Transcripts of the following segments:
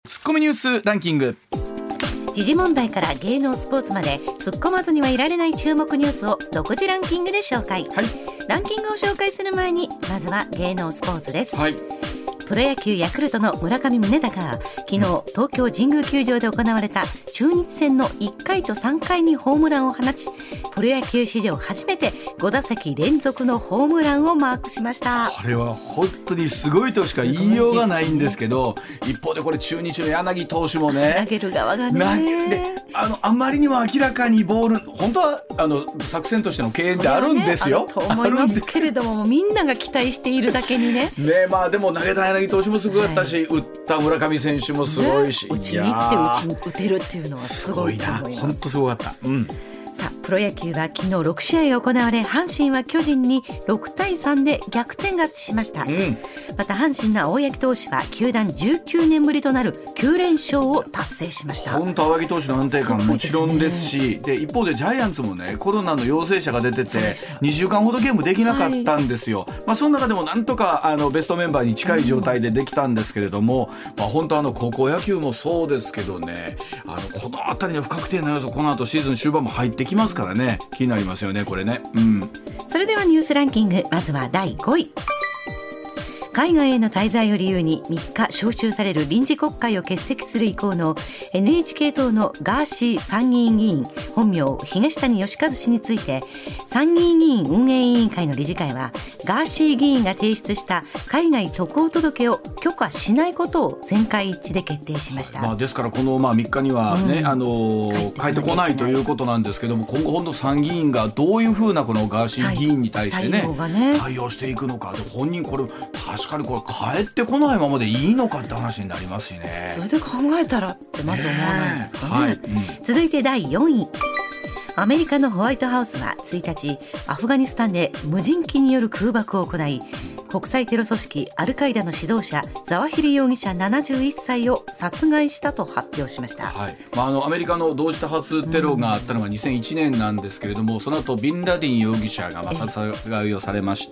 ツッコミニュースランキング。 時事問題から芸能スポーツまで突っ込まずにはいられない注目ニュースを独自ランキングで紹介、ランキングを紹介する前にまずは芸能スポーツです、プロ野球ヤクルトの村上宗隆が昨日東京神宮球場で行われた中日戦の1回と3回にホームランを放ち、プロ野球史上初めて5打席連続のホームランをマークしました。 これは本当にすごいとしか言いようがないんですけど、一方でこれ中日の柳投手もね、 投げる側がね、 あまりにも明らかにボール、本当は作戦としての敬遠ってあるんですよ、 と思いますけれども、みんなが期待しているだけにね。 でも投げた柳投手もすごかったし、打った村上選手もすごいし、 打ちに行って打てるっていうのはすごいと思います。 本当すごかった。 さあプロ野球は昨日6試合が行われ、阪神は巨人に6対3で逆転勝ちしました、また阪神の青柳投手は球団19年ぶりとなる9連勝を達成しました。 本当青柳投手の安定感もちろんですし、で一方でジャイアンツもね、コロナの陽性者が出てて2週間ほどゲームできなかったんですよ、その中でもなんとかベストメンバーに近い状態でできたんですけれども、本当高校野球もそうですけどね、このあたりの不確定な要素、この後シーズン終盤も入ってきますからね、気になりますよねこれね。 それではニュースランキング、まずは第5位。海外への滞在を理由に3日召集される臨時国会を欠席する意向の NHK 党のガーシー参議院議員、本名東谷義和氏について、参議院議員運営委員会の理事会はガーシー議員が提出した海外渡航届を許可しないことを全会一致で決定しました。 ですからこの3日にはね、帰ってこないということなんですけども、今後本当参議院がどういうふうなこのガーシー議員に対して対応していくのかで、本人これ確かにこれ帰ってこないままでいいのかって話になりますしね。 それで考えたらってまず思わないんですかね。続いて第4位。アメリカのホワイトハウスは1日、アフガニスタンで無人機による空爆を行い、国際テロ組織アルカイダの指導者ザワヒリ容疑者71歳を殺害したと発表しました。 アメリカの同時多発テロがあったのが2001年なんですけれども、その後ビンラディン容疑者が殺害をされまして、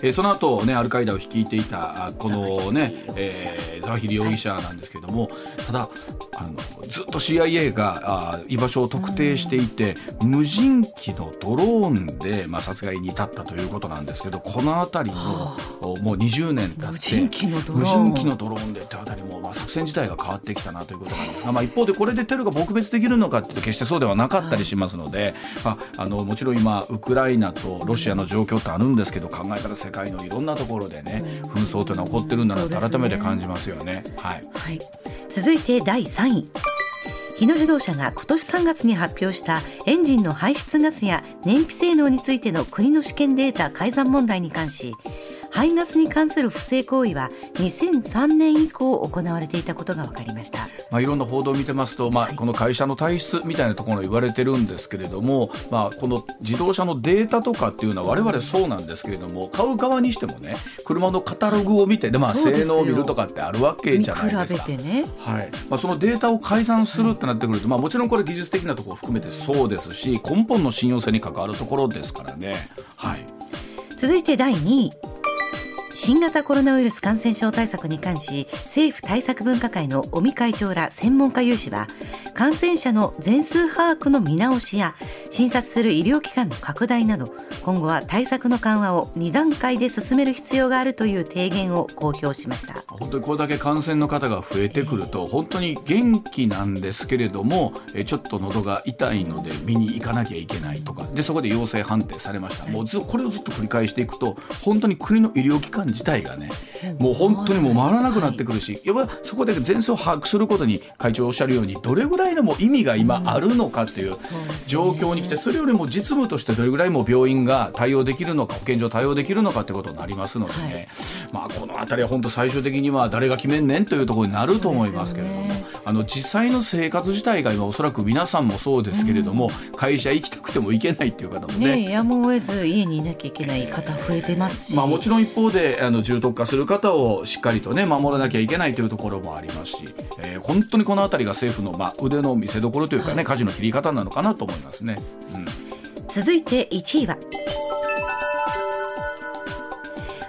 その後、アルカイダを率いていたこの、ザワヒリ容疑者なんですけれども、ただずっと CIA が居場所を特定していて、無人機のドローンで、殺害に至ったということなんですけど、このあたりももう20年経って無人機のドローンでってあたりも、作戦自体が変わってきたなということなんですが、一方でこれでテロが撲滅できるのかっていうと決してそうではなかったりしますので、もちろん今ウクライナとロシアの状況ってあるんですけど、考えたら世界のいろんなところでね、紛争というのは起こってるんだなと改めて感じますよね。 続いて第3位。日野自動車が今年3月に発表したエンジンの排出ガスや燃費性能についての国の試験データ改ざん問題に関し、排ガスに関する不正行為は2003年以降行われていたことが分かりました。 いろんな報道を見てますと、この会社の体質みたいなところ言われてるんですけれども、この自動車のデータとかっていうのは我々そうなんですけれども、買う側にしてもね、車のカタログを見て、性能を見るとかってあるわけじゃないですか。 見比べてね、 そのデータを改ざんするってなってくると、もちろんこれ技術的なところを含めてそうですし、根本の信用性に関わるところですからね。 続いて第2位。新型コロナウイルス感染症対策に関し、政府対策分科会の尾身会長ら専門家有志は、感染者の全数把握の見直しや診察する医療機関の拡大など、今後は対策の緩和を2段階で進める必要があるという提言を公表しました。 本当にこれだけ感染の方が増えてくると、本当に元気なんですけれども、ちょっと喉が痛いので見に行かなきゃいけないとかで、そこで陽性判定されました。もうこれをずっと繰り返していくと、本当に国の医療機関自体がね、もう本当にもう回らなくなってくるし、やっぱそこで全数を把握することに、会長おっしゃるようにどれぐらいのも意味が今あるのかという状況に来て、それよりも実務としてどれぐらいも病院が対応できるのか、保健所対応できるのかってことになりますのでね、このあたりは本当最終的には誰が決めんねんというところになると思いますけれども、実際の生活自体が今おそらく皆さんもそうですけれども、会社行きたくても行けないっていう方もね、 やむを得ず家にいなきゃいけない方増えてますし、 もちろん一方で重篤化する方をしっかりとね守らなきゃいけないというところもありますし、本当にこのあたりが政府の腕の見せ所というかね、舵の切り方なのかなと思いますね。 続いて1位は、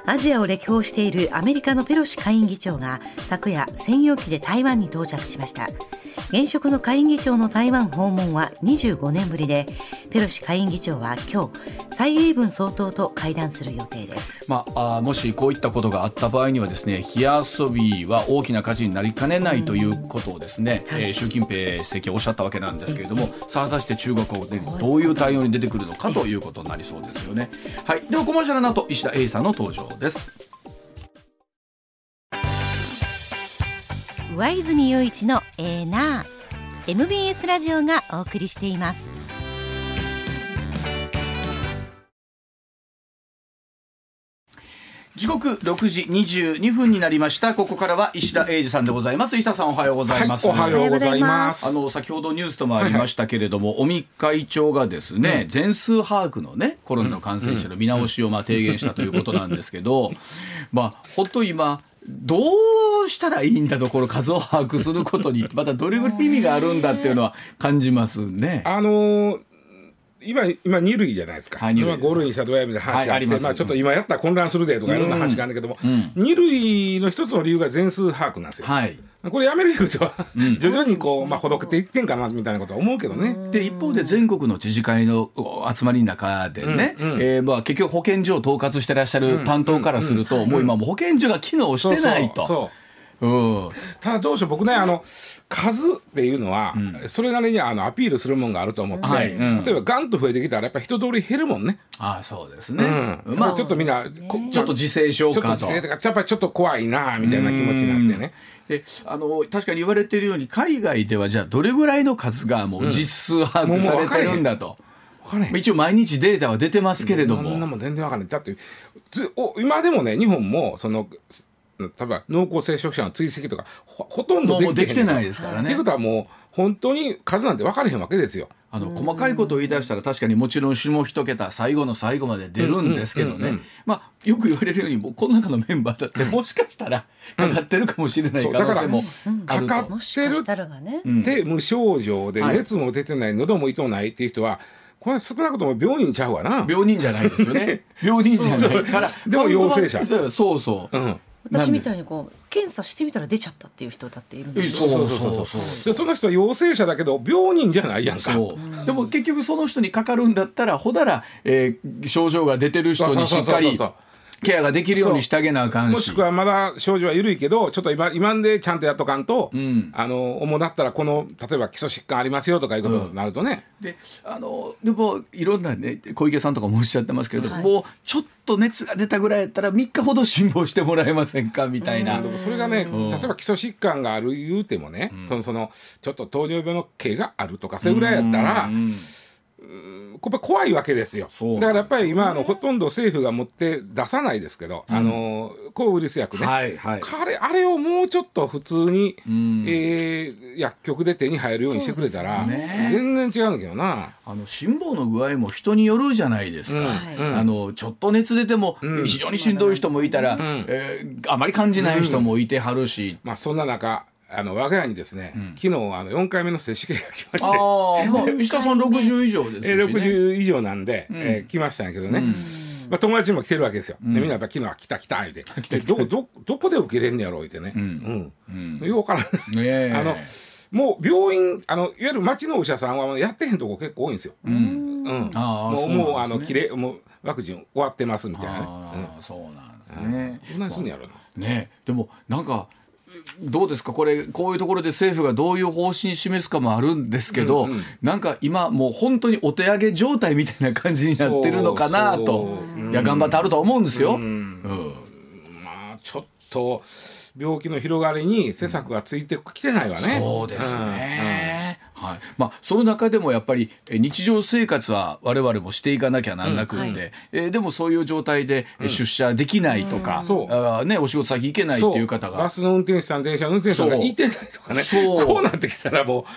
アジアを歴訪しているアメリカのペロシ下院議長が昨夜専用機で台湾に到着しました。現職の下院議長の台湾訪問は25年ぶりで、ペロシ下院議長は今日蔡英文総統と会談する予定です。 もしこういったことがあった場合にはですね、火遊びは大きな火事になりかねないということをですね、習近平主席はおっしゃったわけなんですけれども、さあ果たして中国でどういう対応に出てくるのかということになりそうですよね。はい、ではコマーシャルの後、石田英さんの登場です。 上泉雄一のな MBS ラジオがお送りしています。 時刻6時22分になりました。ここからは石田英二さんでございます。石田さん、おはようございます。 おはようございます。 先ほどニュースともありましたけれども、尾身会長がですね、全数把握のね、コロナの感染者の見直しを提言したということなんですけど、本当今どうしたらいいんだと、この数を把握することにまたどれぐらい意味があるんだっていうのは感じますね。 今2類じゃないですか、今5類にしたどうやみたいな話があって、ちょっと今やったら混乱するでとかいろんな話があるんだけども、2類の一つの理由が全数把握なんですよ。これやめる理由とは、徐々にほどけていってんかなみたいなことは思うけどね。 で一方で全国の知事会の集まりの中でね、結局保健所を統括してらっしゃる担当からすると、もう今も保健所が機能してないと。 ただどうしよう、僕ね、数っていうのは、それなりにアピールするもんがあると思って、例えばガンと増えてきたらやっぱり人通り減るもんね。 そうですね。 ちょっとみんなちょっと自制しようかと、 やっぱりちょっと怖いなみたいな気持ちになってね。 で確かに言われているように、海外ではじゃあどれぐらいの数がもう実数把握されてるんだと、一応毎日データは出てますけれども、 そんなもん全然分からない。だって今でもね、日本も例えば濃厚接触者の追跡とかほとんどできてないですからね。 ということはもう本当に数なんて分からへんわけですよ。 細かいことを言い出したら確かにもちろん下一桁最後の最後まで出るんですけどね、よく言われるように、もうこの中のメンバーだってもしかしたらかかってるかもしれない可能性もあると。 かかってるって無症状で熱も出てない、喉も痛ないっていう人は、これ少なくとも病人ちゃうわな。 病人じゃないですよね。病人じゃないからでも陽性者。 そうそう、 私みたいに検査してみたら出ちゃったっていう人だっているんですよ。 その人は陽性者だけど病人じゃないやんか。 でも結局その人にかかるんだったら、ほだら、症状が出てる人にしっかりケアができるようにしてあげなあかんし、 もしくはまだ症状は緩いけどちょっと今でちゃんとやっとかんと、主だったら例えば基礎疾患ありますよとかいうことになるとね、 でもいろんなね、小池さんとかもおっしゃってますけれども、もうちょっと熱が出たぐらいやったら3日ほど辛抱してもらえませんかみたいな。 それがね、例えば基礎疾患がある言うてもね、ちょっと糖尿病の毛があるとかそれぐらいやったら、これ怖いわけですよ。だからやっぱり今ほとんど政府が持って出さないですけど、抗ウイルス薬ね、あれをもうちょっと普通に、薬局で手に入るようにしてくれたら、全然違うんだけどな。 辛抱の具合も人によるじゃないですか。ちょっと熱出ても非常にしんどい人もいたら、あまり感じない人もいてはるし、 そんな中我が家にですね、昨日4回目の接種券が来まして、 石田さん60以上ですしね。 60以上なんで、来ましたんやけどね、友達も来てるわけですよ。みんなやっぱ昨日は来た言うて、どこで受けれんねやろう言うてね、ようからんもう病院いわゆる町のお医者さんはやってへんとこ結構多いんですよ。もうワクチン終わってますみたいなね。 そうなんですね。 どんなにすんのやろな。 でもなんかどうですか、こういうところで政府がどういう方針示すかもあるんですけど、なんか今もう本当にお手上げ状態みたいな感じになってるのかなと。いや頑張ってあるとは思うんですよ。 ちょっと病気の広がりに施策がついてきてないわね。 そうですね。その中でもやっぱり日常生活は我々もしていかなきゃなんなくって、でもそういう状態で出社できないとか、お仕事先行けないっていう方が、 バスの運転手さん、電車の運転手さんがいてないとかね、こうなってきたらもう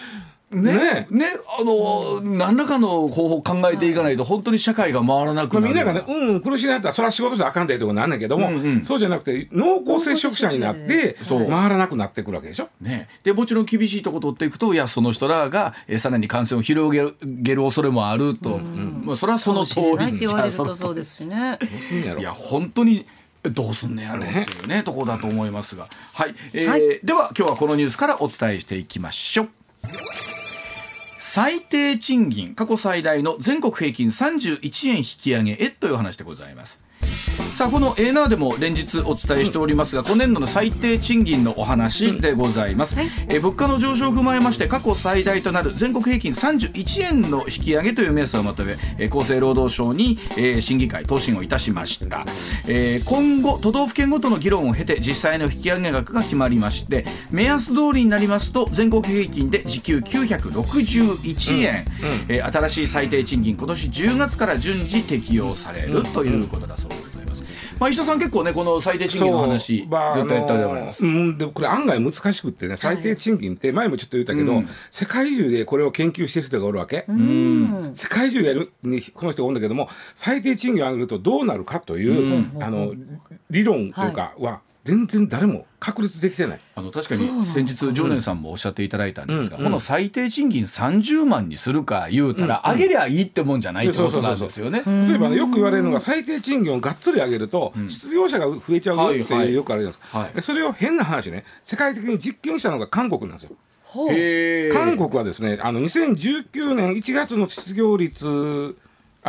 何らかの方法を考えていかないと本当に社会が回らなくなる。 みんながね、苦しいなったらそれは仕事じゃあかんでとこなんだけども、そうじゃなくて濃厚接触者になって回らなくなってくるわけでしょ。 でもちろん厳しいところ取っていくと、その人らがさらに感染を広げる恐れもあると、それはその通りにって言われるとそうですしね。 いや本当にどうすんねやろうっていうねところだと思いますが、はい、では今日はこのニュースからお伝えしていきましょう。最低賃金過去最大の全国平均31円引き上げへという話でございます。さあこのエナーでも連日お伝えしておりますが、今年度の最低賃金のお話でございます。物価の上昇を踏まえまして過去最大となる全国平均31円の引き上げという目安をまとめ、厚生労働省に、審議会答申をいたしました。今後都道府県ごとの議論を経て実際の引き上げ額が決まりまして、目安通りになりますと全国平均で時給961円、新しい最低賃金今年10月から順次適用されるということだそうです。石田さん結構ねこの最低賃金の話ずっとやったりでます。 でもこれ案外難しくってね、最低賃金って前もちょっと言ったけど、世界中でこれを研究してる人がおるわけ。世界中やるにこの人がおるんだけども、最低賃金を上げるとどうなるかという、理論というかは全然誰も確立できてない。 確かに先日常念さんもおっしゃっていただいたんですが、この最低賃金30万にするか言うたら、上げりゃいいってもんじゃないってことなんですよね。 例えば、よく言われるのが最低賃金をがっつり上げると、失業者が増えちゃうよっていうよくあるじゃないですか。それを変な話ね、世界的に実験したのが韓国なんですよ。韓国はですね、2019年1月の失業率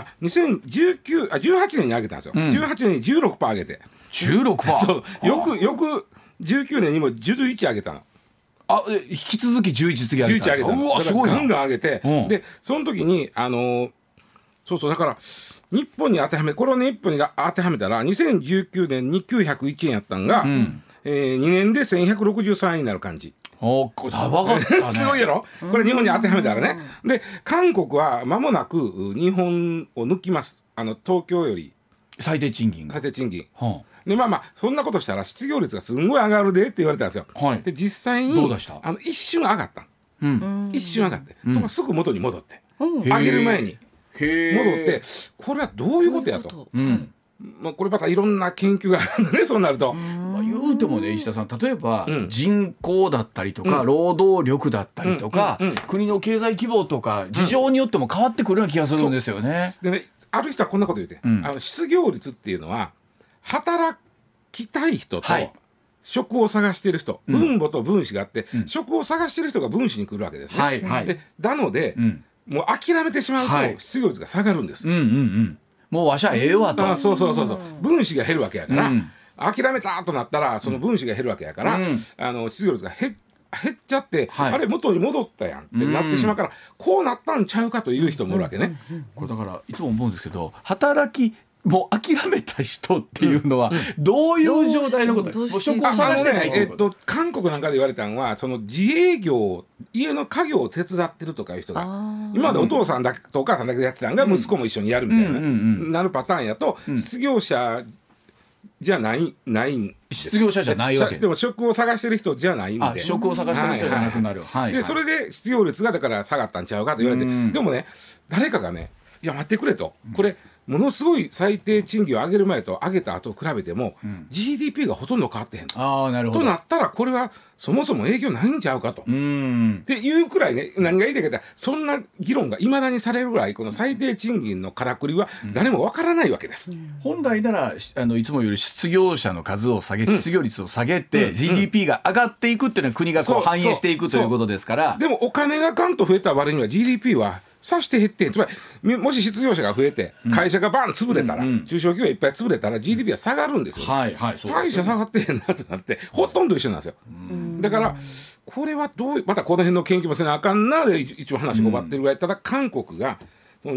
18年に上げたんですよ。18年に 16% 上げて。 16%? そう、よく19年にも11上げたの。 引き続き11次上げたんですか。 11上げたの。だからガンガン上げて、でその時にだから日本に当てはめ、これをね日本に当てはめたら2019年に901円やったんが、2年で1163円になる感じ。 これやばかったね。 すごいやろ。これ日本に当てはめたらね。で韓国は間もなく日本を抜きます。東京より最低賃金。 でそんなことしたら失業率がすんごい上がるでって言われたんですよ。で実際にどうでした？ 一瞬上がった。一瞬上がって、とかすぐ元に戻って、上げる前に戻って、これはどういうことやと。これまたいろんな研究があるんだね、そうなると。 言うてもね、石田さん、例えば、人口だったりとか、労働力だったりとか、国の経済規模とか事情によっても変わってくるような気がするんですよね。 でね、ある人はこんなこと言うて、失業率っていうのは働きたい人と職を探している人、分母と分子があって、職を探している人が分子に来るわけですね。なので、もう諦めてしまうと失業率が下がるんです。 もうわしゃええわと。 そう分子が減るわけやから、諦めたとなったらその分子が減るわけやから、失業率が減っちゃって、あれ元に戻ったやんってなってしまうから、こうなったんちゃうかという人もおるわけね。 これだからいつも思うんですけど、もう諦めた人っていうのはどういう状態のこと？もう職を探してないっていうこと。 韓国なんかで言われたのは、その自営業、家の家業を手伝ってるとかいう人が、今までお父さんだけとお母さんだけでやってたのが息子も一緒にやるみたいななるパターンやと、失業者じゃないんです。 失業者じゃないわけでも職を探してる人じゃないんで、 職を探してる人じゃなくなる。 でそれで失業率がだから下がったんちゃうかと言われて、でもね、誰かがね、いや待ってくれと、これものすごい最低賃金を上げる前と上げた後を比べても、GDP がほとんど変わってへんと。 なるほど。 となったらこれはそもそも影響ないんちゃうかと。っていうくらいね、何が言いたいかって、そんな議論がいまだにされるぐらい、この最低賃金のからくりは誰もわからないわけです。 本来ならいつもより失業者の数を下げ、失業率を下げて、GDP が上がっていくっていうのは国がこう反映していくということですから。 でもお金がガンと増えた割には GDP はさして減ってん。つまりもし失業者が増えて会社がバン潰れたら、中小企業がいっぱい潰れたら GDP は下がるんですよ。会社下がってへんなってなって、ほとんど一緒なんですよ。だからこれはまたこの辺の研究もせなあかんなで一応話が終わってるぐらい。ただ韓国がその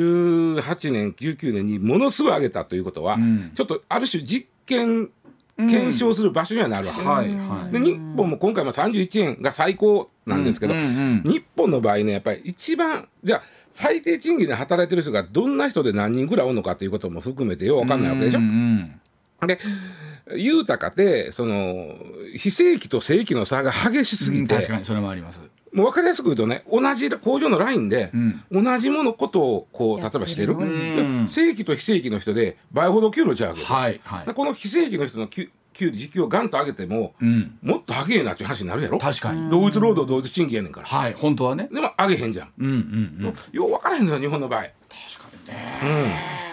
2018年19年にものすごい上げたということは、ちょっとある種実験検証する場所にはなるわけです。で日本も今回も31円が最高なんですけど、日本の場合ね、やっぱり一番じゃあ最低賃金で働いてる人がどんな人で何人ぐらいおるのかということも含めてよく分かんないわけでしょ。で言うたかて、その非正規と正規の差が激しすぎて、 確かにそれもあります。 もう分かりやすく言うとね、同じ工場のラインで同じことをこう例えばしてる、正規と非正規の人で倍ほど給料ちゃうわけです。この非正規の人の時給をガンと上げても、もっと上げえなっていう話になるやろ。 確かに同一労働同一賃金やねんから。 本当はね。 でも上げへんじゃん。よう分からへんのよ日本の場合。 確かにね。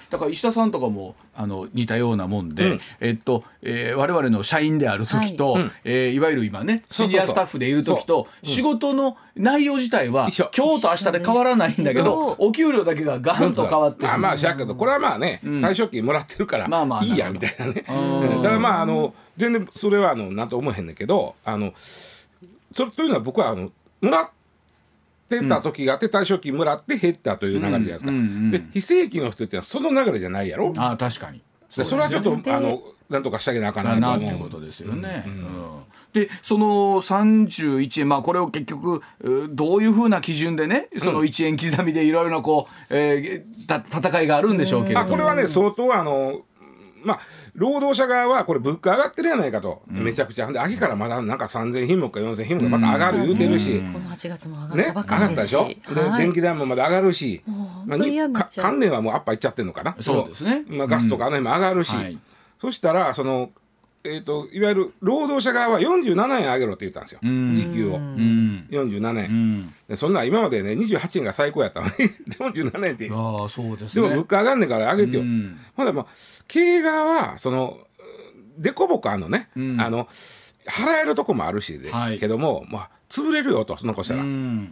だから石田さんとかも似たようなもんで、我々の社員である時と、いわゆる今ねシニアスタッフでいる時と仕事の内容自体は今日と明日で変わらないんだけど、お給料だけがガンと変わってしまう。 まあしゃけどこれはまあね、退職金もらってるからいいやみたいなね。ただまあ全然それはなんと思えへんねんけど、それというのは僕はもらってた時があって退職金もらって減ったという流れじゃないですか。で非正規の人ってのはその流れじゃないやろ。 確かにそれはちょっとなんとかしてあげなあかんなと思う。 ということですよね。でその31円、これを結局どういうふうな基準でねその1円刻みでいろいろな戦いがあるんでしょうけれども、 これはね相当労働者側はこれ物価上がってるやないかと、めちゃくちゃで秋からまだなんか3000品目か4000品目また上がる言うてるし、 この8月も上がったばかりですし、 上がったでしょ。で電気代もまだ上がるし、関連はもうアッパーいっちゃってるのかな。 そうですね。 ガスとか辺も上がるし、そしたらいわゆる労働者側は47円上げろって言ったんですよ、時給を。47円、でそんな今までね28円が最高やったのに47円って。 そうですね。 でも物価上がんねんから上げてよ。ほんで経営側はデコボコね、払えるとこもあるしけども、潰れるよとその子したら。で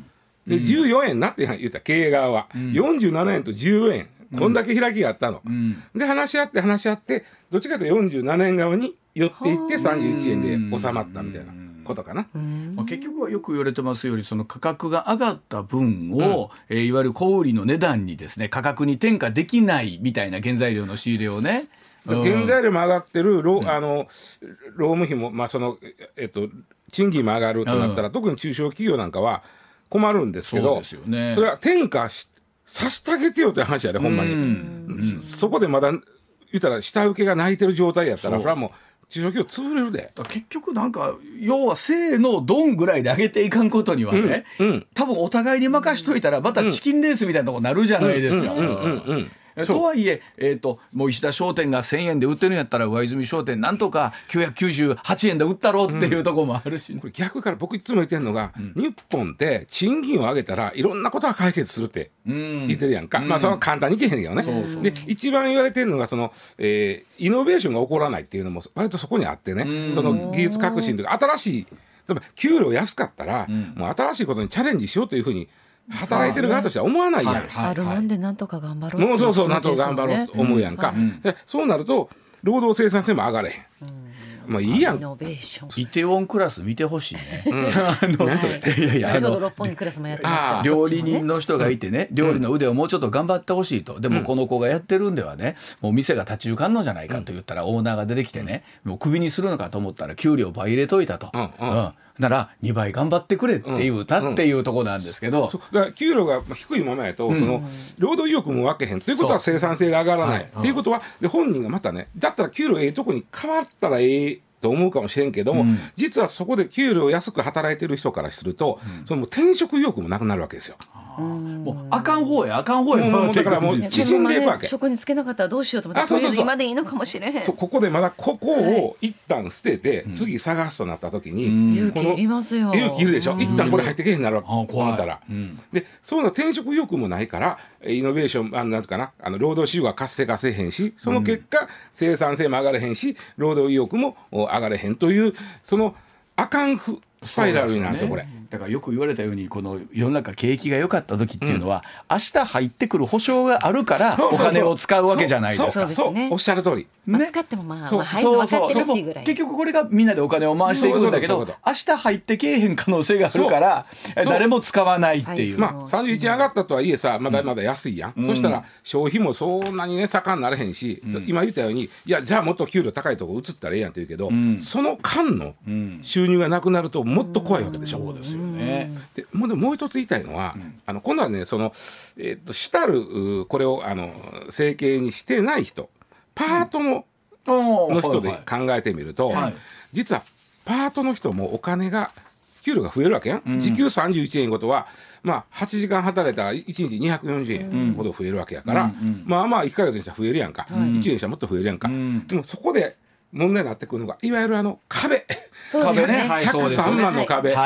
14円なって言った経営側は、47円と14円こんだけ開きがあったの。で話し合ってどっちかというと47円側に寄っていって31円で収まったみたいなことかな。 結局はよく言われてますようにその価格が上がった分を、いわゆる小売の値段にですね価格に転嫁できないみたいな原材料の仕入れをね。 原材料も上がってる労務費も、賃金も上がるとなったら、特に中小企業なんかは困るんですけど、それは転嫁させてあげてよという話やでほんまに。そこでまだ言ったら下請けが泣いてる状態やったらそれはもう中小企業潰れるで。 結局なんか要はせーのドンぐらいで上げていかんことにはね、多分お互いに任しといたらまたチキンレースみたいなとこになるじゃないですか。とはいえもう石田商店が1000円で売ってるんやったら上泉商店なんとか998円で売ったろうっていうところもあるし、 これ逆から僕いつも言ってるのが、日本って賃金を上げたらいろんなことが解決するって言ってるやんか。それは簡単にいけへんけどね。で一番言われてるのがイノベーションが起こらないっていうのも割とそこにあってね、その技術革新とか新しい例えば給料安かったら、もう新しいことにチャレンジしようというふうに働いてる側としては思わないやん。 あるもんでなんとか頑張ろう。 もうそうなんとか頑張ろうと思うやんか。でそうなると労働生産性も上がれへん。もういいやん。 イノベーション。 イテウォンクラス見てほしいね。 何それ。ちょうど六本木クラスもやってますけど。 料理人の人がいてね、料理の腕をもうちょっと頑張ってほしいと。でもこの子がやってるんではね、もう店が立ち行かんのじゃないかと言ったらオーナーが出てきてね、もうクビにするのかと思ったら給料倍入れといたと。なら2倍頑張ってくれって言うたっていうところなんですけど、 だから給料が低いままやと、その労働意欲も分けへんということは生産性が上がらないっていうことは、で本人がまたね、だったら給料ええとこに変わったらええと思うかもしれんけども、実はそこで給料安く働いてる人からすると、その転職意欲もなくなるわけですよ。 もうあかん方やもうだからもう縮んでいくわけ。 職に就けなかったらどうしようと思って、とりあえず今でいいのかもしれへん。 ここでまだここを一旦捨てて、次探すとなった時に、 勇気いりますよ。 勇気いるでしょ。一旦これ入ってけへんなるわけ思ったら、でそういうの転職意欲もないから、イノベーションなんてかな、労働市場が活性化せえへんし、その結果、生産性も上がれへんし、労働意欲も上がれへんという、そのあかんスパイラルなんですよこれ。 だからよく言われたように、この世の中景気が良かった時っていうのは、明日入ってくる保証があるからお金を使うわけじゃないですか。 そうおっしゃる通り、 使っても入るの分かってるしぐらい。 結局これがみんなでお金を回していくんだけど、明日入ってけえへん可能性があるから誰も使わないっていう。 31円上がったとはいえさ、まだまだ安いやん。そしたら消費もそんなにね盛んになれへんし、今言ったように、いやじゃあもっと給料高いとこ移ったらええやんって言うけど、その間の収入がなくなるともっと怖いわけでしょ。 そうですよね。 でもう一つ言いたいのは、今度はね、その主たるこれを生計にしてない人、パートの人で考えてみると、実はパートの人もお金が給料が増えるわけやん。時給31円ことは、8時間働いたら1日240円ほど増えるわけやから、1ヶ月にしたら増えるやんか、1年にしたらもっと増えるやんか。でもそこで問題になってくるのが、いわゆる壁ね、103万の壁。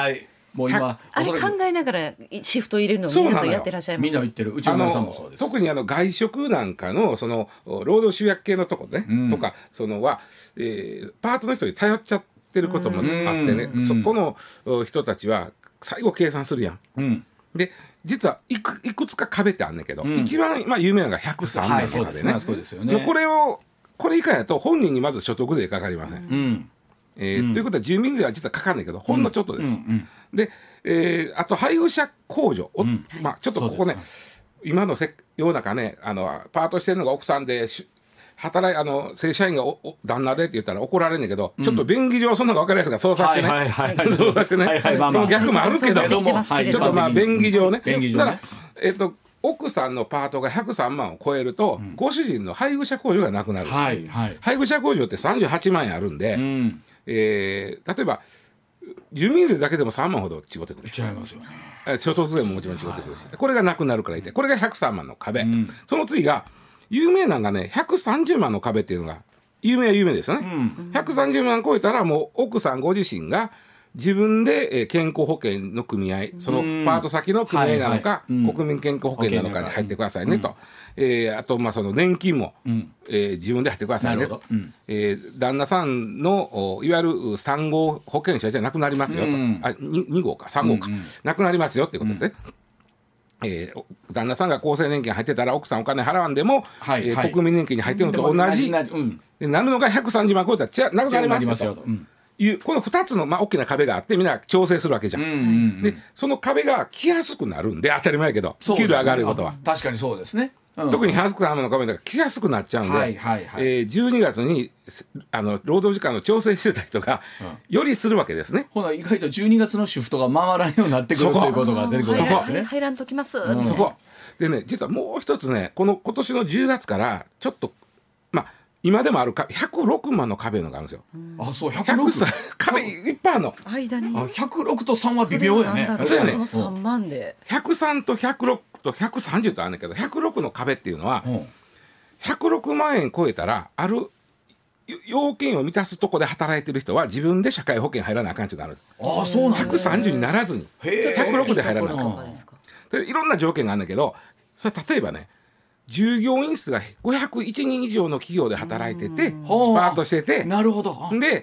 もう今あれ考えながらシフト入れるのを皆さんやってらっしゃいます。 みんな言ってる。うちの皆さんもそうです。 特に外食なんかのその労働集約系のとこね、とかそのは、パートの人に頼っちゃってることもあってね、そこの人たちは最後計算するやん。で実はいくつか壁ってあんねんけど、一番有名なのが103万の壁ね。これ以下やと本人にまず所得税かかりません。ということは住民税は実はかかんないけどほんのちょっとです。で、あと配偶者控除、ちょっとここね今の世の中ねパートしてるのが奥さんで正社員が旦那でって言ったら怒られるんだけど、ちょっと便宜上そんなのが分かりやすいからそうさせてね、そうさせてね、その逆もあるけど、ちょっと便宜上ね。だから奥さんのパートが103万を超えると、ご主人の配偶者控除がなくなる。配偶者控除って38万円あるんで、例えば住民税だけでも3万ほど違ってくる。 違いますよね。所得税ももちろん違ってくるし、これがなくなるからいて、これが103万の壁。その次が有名なのがね130万の壁っていうのが有名ですよね。130万超えたらもう奥さんご自身が自分で健康保険の組合、そのパート先の組合なのか、国民健康保険なのかに入ってくださいねと、あとその年金も自分で入ってくださいねと、旦那さんのいわゆる3号保険者じゃなくなりますよと、2号か3号かなくなりますよっていうことですね。旦那さんが厚生年金入ってたら奥さんお金払わんでも、国民年金に入ってるのと同じでなるのが130万超えたらなくなりますよというこの2つの大きな壁があってみんな調整するわけじゃん。でその壁が来やすくなるんで当たり前やけど、給料上がることは確かにそうですね。 特に130万の壁が来やすくなっちゃうんで、12月に労働時間の調整してた人がよりするわけですね。 ほな意外と12月のシフトが回らんようになってくるということが出てくるわけですね。 入らんときます。 そこでね、実はもう一つね今年の10月からちょっと今でもある106万の壁のがあるんですよ。 そう、106 壁いっぱいあるの。 間に 106と3は微妙やね。 そうやね。 3万で 103と106と130とあるんだけど、106の壁っていうのは106万円超えたらある要件を満たすとこで働いてる人は自分で社会保険入らなあかんっていうのがあるんです。 そうなんです。130にならずに106で入らなあかん。いろんな条件があるんだけど、それ例えばね従業員数が501人以上の企業で働いててパートしてて、 なるほど。 で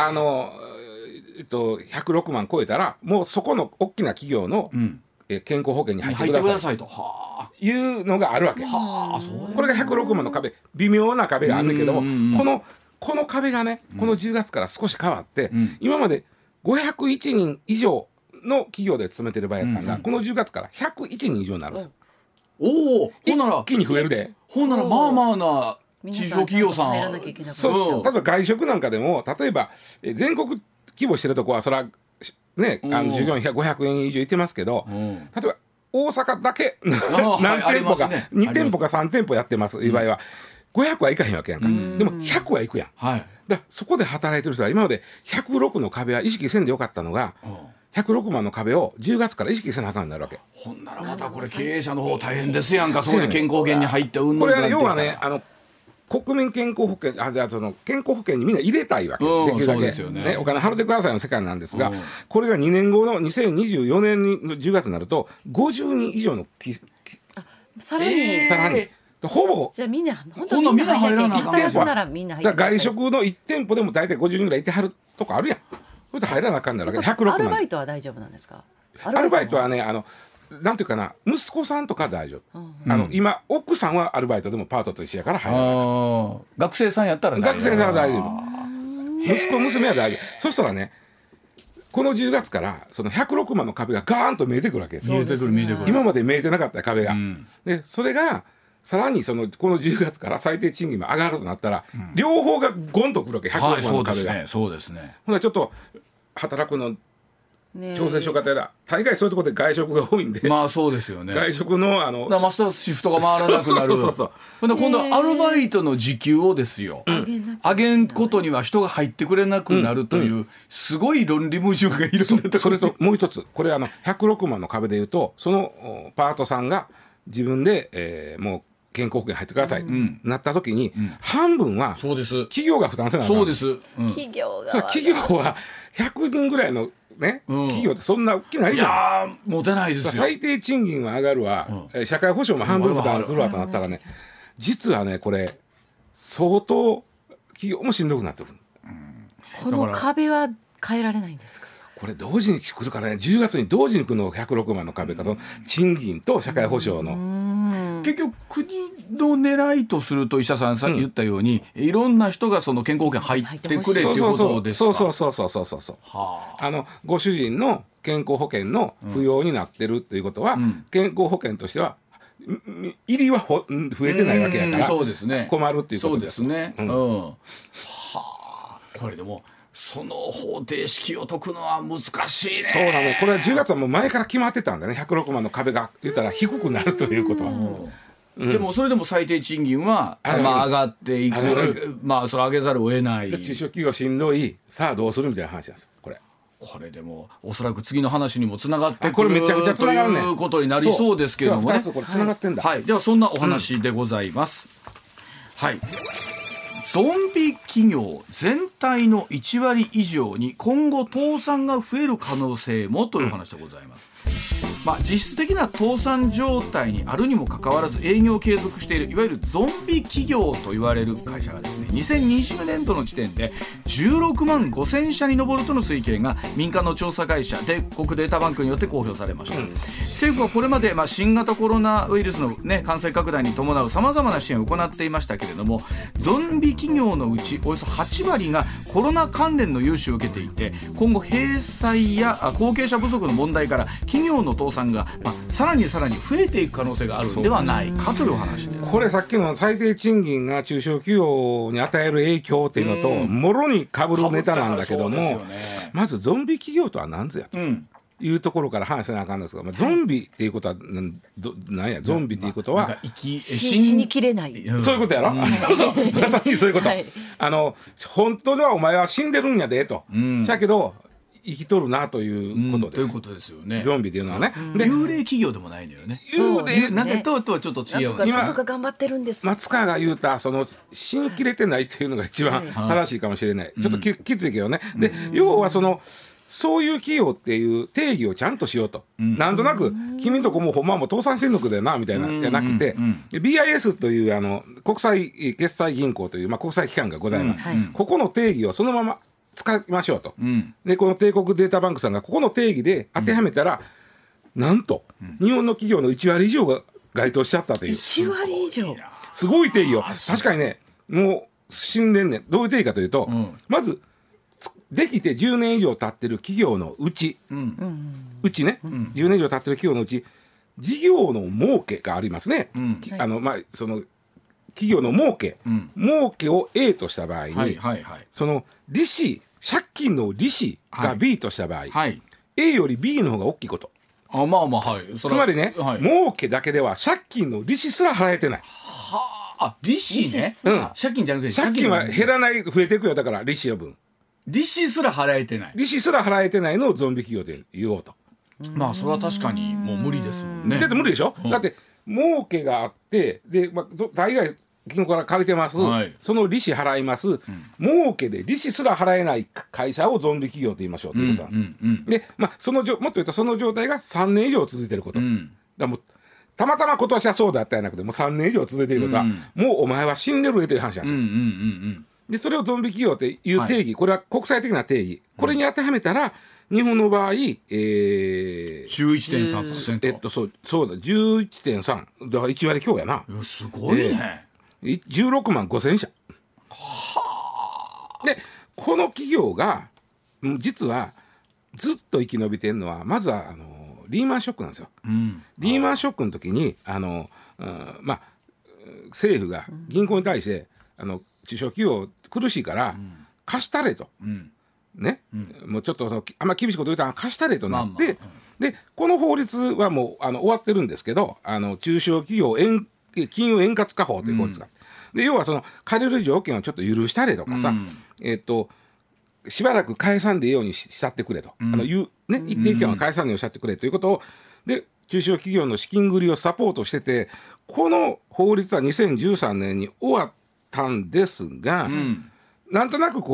106万超えたらもうそこの大きな企業の健康保険に入ってくださいというのがあるわけ。これが106万の壁、微妙な壁があるんだけども、この壁がねこの10月から少し変わって、今まで501人以上の企業で勤めてる場合やったのが、この10月から101人以上になるんです。 ほんなら一気に増えるで。 ほんならまあまあな地上企業さん、 そう、例えば外食なんかでも例えば全国規模してるとこはそれはね従業員500円以上いてますけど、例えば大阪だけ何店舗か2店舗か3店舗やってますいう場合は500はいかへんわけやんか。でも100はいくやん。だそこで働いてる人は今まで106の壁は意識せんでよかったのが106万の壁を10月から意識せなあかんになるわけ。 ほんならまたこれ経営者の方大変ですやんか。そこで健康保険に入ってこれは要はね国民健康保険その健康保険にみんな入れたいわけ、できるだけ、お金払ってくださいの世界なんですが、これが2年後の2024年の10月になると50人以上のさらにほぼじゃあみんな本当にみんな入らなかった外食の1店舗でも大体50人ぐらいいてはるとこあるやん。それで入らなあかんだらけど106万。 アルバイトは大丈夫なんですか？ アルバイトはねなんていうかな、息子さんとか大丈夫。今奥さんはアルバイトでもパートと一緒やから入らない。 学生さんやったら大丈夫。 学生さんは大丈夫。息子娘は大丈夫。そしたらねこの10月からその106万の壁がガーンと見えてくるわけですよ。 見えてくる今まで見えてなかった壁が、でそれがさらにこの10月から最低賃金も上がるとなったら、両方がゴンとくるわけ。106万の壁が。 そうですね。 ほなちょっと働くの調整所方だ。大概そういうところで外食が多いんで。 そうですよね。 外食のマスターシフトが回らなくなる。今度はアルバイトの時給をですよ、上げんことには人が入ってくれなくなるというすごい論理矛盾がいるんだと。 それともう一つ、これ106万の壁でいうとそのパートさんが自分でもう健康保険入ってくださいとなった時に、半分は企業が負担せなあかん。 そうです。 企業は100人ぐらいのね、企業ってそんな大きないじゃん。いや持てないですよ。 最低賃金は上がるわ、社会保障も半分負担するわとなったらね、実はねこれ相当企業もしんどくなってくる。 この壁は変えられないんですか。 これ同時に来るからね、10月に同時に来るのが106万の壁か、その賃金と社会保障の結局国の狙いとすると、石田さんさっき言ったように、いろんな人がその健康保険入ってくれっていうことですか。 そうご主人の健康保険の不要になってるっていうことは、健康保険としては入りは増えてないわけやから、 そうですね、 困るっていうことです。 そうですね、はあ、これでもその方程式を解くのは難しいね。 そうなの。これは10月はもう前から決まってたんだね。106万の壁が言ったら低くなるということは、 でもそれでも最低賃金は、上がっていく、それ上げざるを得ない。 中小企業しんどい、さあどうするみたいな話なんですよ。 これでもおそらく次の話にもつながってくるこれめちゃくちゃつながるねということになりそうですけどもね。 これつながってんだ。 はい、ではそんなお話でございます。はい。ゾンビ企業全体の1割以上に今後倒産が増える可能性もという話でございます。実質的な倒産状態にあるにもかかわらず営業を継続しているいわゆるゾンビ企業と言われる会社がですね、2020年度の時点で16万5000社に上るとの推計が民間の調査会社帝国データバンクによって公表されました。政府はこれまで新型コロナウイルスの、感染拡大に伴うさまざまな支援を行っていましたけれども、ゾンビ企業のうちおよそ8割がコロナ関連の融資を受けていて、今後閉鎖や後継者不足の問題から企業の倒産が、さらに増えていく可能性があるのではないかという話です。 これさっきの最低賃金が中小企業に与える影響っていうのともろに被るネタなんだけども、まずゾンビ企業とは何ぞやというところから話せなあかんですが、ゾンビっていうことは何や、ゾンビっていうことは死にきれない、 そういうことやろ、そうまさにそういうこと、本当にはお前は死んでるんやでと、だけど生きとるなということです。 ということですよね。 ゾンビっていうのはね、 で幽霊企業でもないのよね。 幽霊なんかとはちょっと違う。 なんとか頑張ってるんです。 松川が言うたその死にきれてないっていうのが一番正しいかもしれない。ちょっときついけどね。で要はそういう企業っていう定義をちゃんとしようと、なんとなく君んとこもほんまも倒産してんのくだよなみたいなじゃなくて、BIS という国際決済銀行という、国際機関がございます、ここの定義をそのまま使いましょうと、でこの帝国データバンクさんがここの定義で当てはめたら、なんと日本の企業の1割以上が該当しちゃったという。 1割以上すごい定義を。確かにね、もう死んでんねん。どういう定義かというと、まずできて10年以上経ってる企業のうち、10年以上経ってる企業のうち事業の儲けがありますね、その企業の儲けを A とした場合に、その利子借金の利子が B とした場合、A より B の方が大きいこと。つまりね、儲けだけでは借金の利子すら払えてない。 利子ね、借金じゃなくて借金は減らない、増えていくよ。だから利子の分利子すら払えてない、 利子すら払えてないのをゾンビ企業で言おうと。 それは確かにもう無理ですもんね。 だって無理でしょ、だって儲けがあってで、大概銀行から借りてます、その利子払います、儲けで利子すら払えない会社をゾンビ企業と言いましょうということなんです。で、もっと言うとその状態が3年以上続いていること、だもうたまたま今年はそうだったんじゃなくて、もう3年以上続いていることは、もうお前は死んでるという話なんですよ。でそれをゾンビ企業という定義、これは国際的な定義、これに当てはめたら日本の場合、 11.3%、 そうだ 11.3 だから1割強やな。 すごいね、 16万5000社で、この企業が実はずっと生き延びてるのは、まずはリーマンショックなんですよ、リーマンショックの時に政府が銀行に対して中小企業苦しいから貸したれと、もうちょっとあんま厳しいこと言うたら貸したれとなって、でこの法律はもう終わってるんですけど、中小企業金融円滑化法という法律が、で要はその借りる条件をちょっと許したれとかさ、しばらく返さんでいいようにしちゃってくれと、一定期間は返さんでいいようにしちゃってくれということをで中小企業の資金繰りをサポートしてて、この法律は2013年に終わったんですが、なんとなく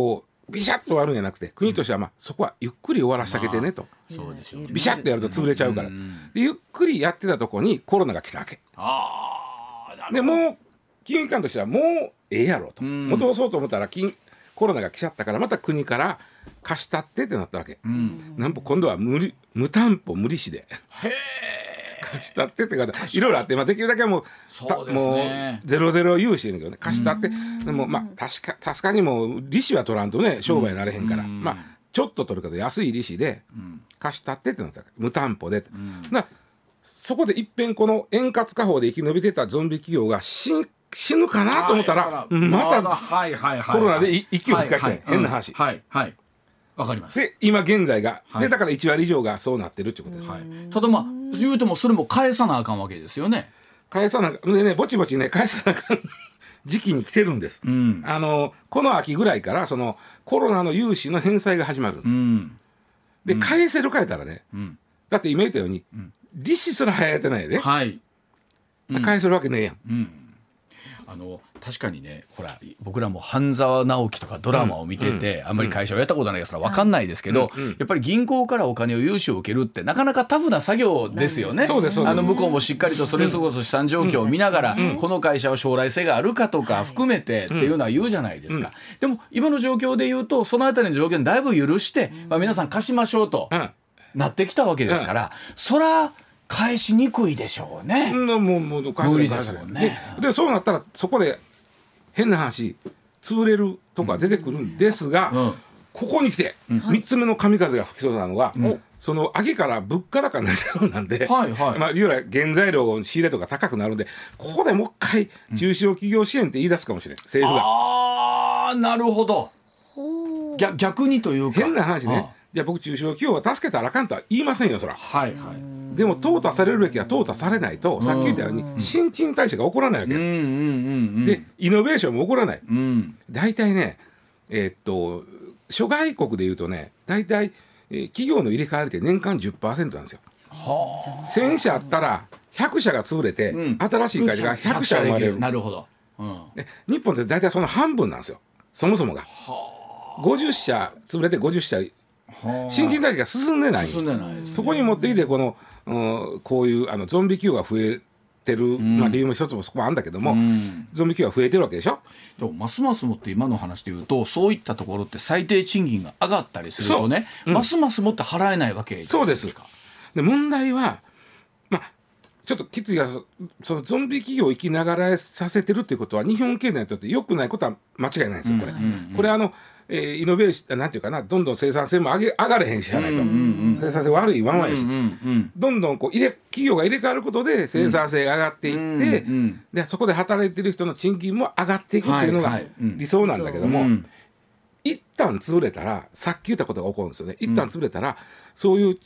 ビシャッと終わるんじゃなくて、国としてはそこはゆっくり終わらせてあげてねと、 そうでしょうね、 ビシャッとやると潰れちゃうから、でゆっくりやってたとこにコロナが来たわけ。でもう金融機関としてはもうええやろと、戻そうと思ったらコロナが来ちゃったから、また国から貸したってってなったわけ。なんか今度は無担保無利子で貸したってって方いろいろあって、できるだけもうゼロゼロ融資やねんけどね、貸したって、でも確かにもう利子は取らんとね商売になれへんから、ちょっと取るけど安い利子で貸したってってなったわけ、無担保で。そこでいっぺんこの円滑化法で生き延びてたゾンビ企業が死ぬかなと思ったら、またコロナで息を吹かして、変な話。 わかります。 で今現在が、でだから1割以上がそうなってるってことです。 ただ言うてもそれも返さなあかんわけですよね。 返さなあかんでね、ぼちぼちね返さなあかん時期に来てるんです。この秋ぐらいからそのコロナの融資の返済が始まるんです。で返せるかえたらね、だって今言ったように、利子すら早やってないで、返せるわけねえやん。 確かにね、ほら僕らも半沢直樹とかドラマを見てて、あんまり会社をやったことないから分かんないですけど、やっぱり銀行からお金を融資を受けるってなかなかタフな作業ですよね。向こうもしっかりとそれこそ資産状況を見ながら、この会社は将来性があるかとか含めてっていうのは言うじゃないですか。でも今の状況で言うと、そのあたりの条件だいぶ許して、皆さん貸しましょうとなってきたわけですから、そら返しにくいでしょうね。 もう返せないですもんね。でそうなったらそこで変な話潰れるとか出てくるんですが、ここに来て3つ目の神風が吹きそうなのが、その秋から物価高になっちゃうなんで、いわゆる原材料仕入れとか高くなるんで、ここでもう一回中小企業支援って言い出すかもしれない、政府が。 なるほど。逆にというか変な話ね。いや僕中小企業は助けたらあかんとは言いませんよ、そら。でも淘汰されるべきは淘汰されないと、さっき言ったように新陳代謝が起こらないわけです。でイノベーションも起こらない。大体ね、諸外国でいうとね、大体、企業の入れ替わりって年間 10% なんですよ。1000社あったら100社が潰れて、新しい会社が100社生まれる。 なるほど。 日本って大体その半分なんですよ、そもそもが。50社潰れて50社新陳代謝が進んでない。そこに持ってきてこういうゾンビ企業が増えてる、理由も一つもそこもあるんだけども、ゾンビ企業が増えてるわけでしょ。 でもますますもって今の話でいうと、そういったところって最低賃金が上がったりするとね、ますますもって払えないわけですか。 そうです。で問題はちょっときついが、そのゾンビ企業を生きながらさせてるっていうことは日本経済にとって良くないことは間違いないんですよ。これイノベーションなんていうかな、どんどん生産性も上がれへんしやないと、生産性悪いままやし、どんどん企業が入れ替わることで生産性が上がっていって、でそこで働いてる人の賃金も上がっていくっていうのが理想なんだけども、一旦潰れたらさっき言ったことが起こるんですよね。一旦潰れたらそういう、